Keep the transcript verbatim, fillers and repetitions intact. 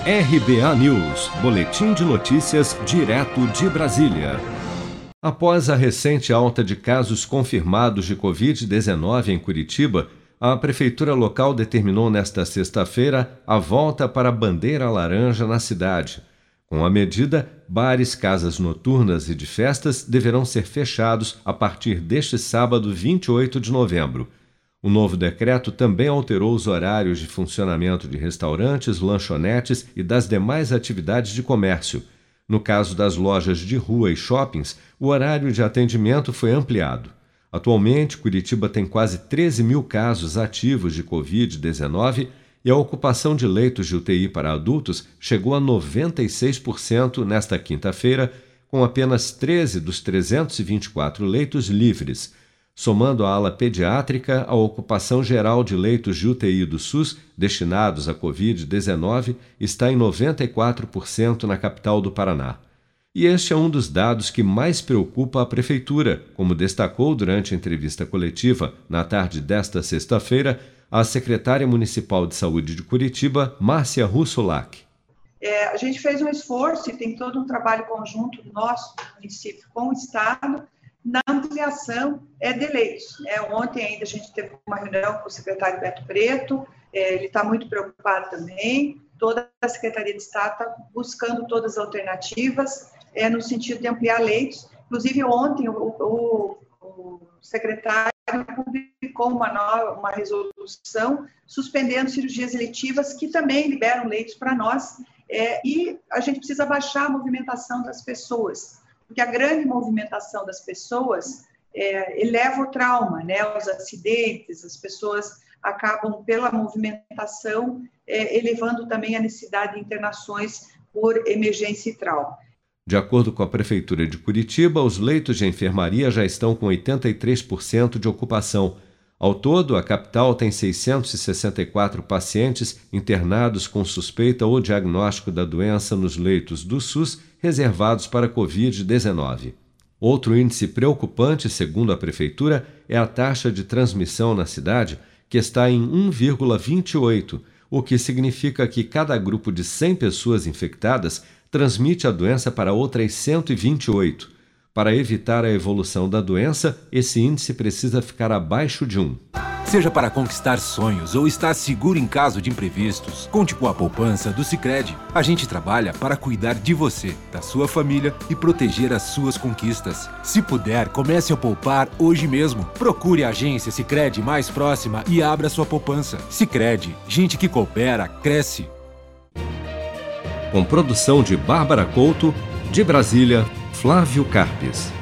R B A News, boletim de notícias direto de Brasília. Após a recente alta de casos confirmados de covid dezenove em Curitiba, a prefeitura local determinou nesta sexta-feira a volta para a bandeira laranja na cidade. Com a medida, bares, casas noturnas e de festas deverão ser fechados a partir deste sábado, vinte e oito de novembro. O novo decreto também alterou os horários de funcionamento de restaurantes, lanchonetes e das demais atividades de comércio. No caso das lojas de rua e shoppings, o horário de atendimento foi ampliado. Atualmente, Curitiba tem quase treze mil casos ativos de covid dezenove e a ocupação de leitos de U T I para adultos chegou a noventa e seis por cento nesta quinta-feira, com apenas treze dos trezentos e vinte e quatro leitos livres. Somando a ala pediátrica, a ocupação geral de leitos de U T I do SUS destinados à covid dezenove está em noventa e quatro por cento na capital do Paraná. E este é um dos dados que mais preocupa a Prefeitura, como destacou durante a entrevista coletiva na tarde desta sexta-feira a secretária municipal de saúde de Curitiba, Márcia Russulac. É, a gente fez um esforço e tem todo um trabalho conjunto do nosso município com o Estado na ampliação é, de leitos. É, ontem ainda a gente teve uma reunião com o secretário Beto Preto, é, ele está muito preocupado também, toda a Secretaria de Estado está buscando todas as alternativas é, no sentido de ampliar leitos. Inclusive, ontem o, o, o secretário publicou uma, nova, uma resolução suspendendo cirurgias eletivas que também liberam leitos para nós, é, e a gente precisa baixar a movimentação das pessoas, porque a grande movimentação das pessoas é, eleva o trauma, né? Os acidentes, as pessoas acabam, pela movimentação, é, elevando também a necessidade de internações por emergência e trauma. De acordo com a Prefeitura de Curitiba, os leitos de enfermaria já estão com oitenta e três por cento de ocupação. Ao todo, a capital tem seiscentos e sessenta e quatro pacientes internados com suspeita ou diagnóstico da doença nos leitos do SUS reservados para covid dezenove. Outro índice preocupante, segundo a Prefeitura, é a taxa de transmissão na cidade, que está em um vírgula vinte e oito, o que significa que cada grupo de cem pessoas infectadas transmite a doença para outras cento e vinte e oito. Para evitar a evolução da doença, esse índice precisa ficar abaixo de um. Seja para conquistar sonhos ou estar seguro em caso de imprevistos, conte com a poupança do Sicredi. A gente trabalha para cuidar de você, da sua família e proteger as suas conquistas. Se puder, comece a poupar hoje mesmo. Procure a agência Sicredi mais próxima e abra sua poupança. Sicredi, gente que coopera, cresce. Com produção de Bárbara Couto, de Brasília, Flávio Carpes.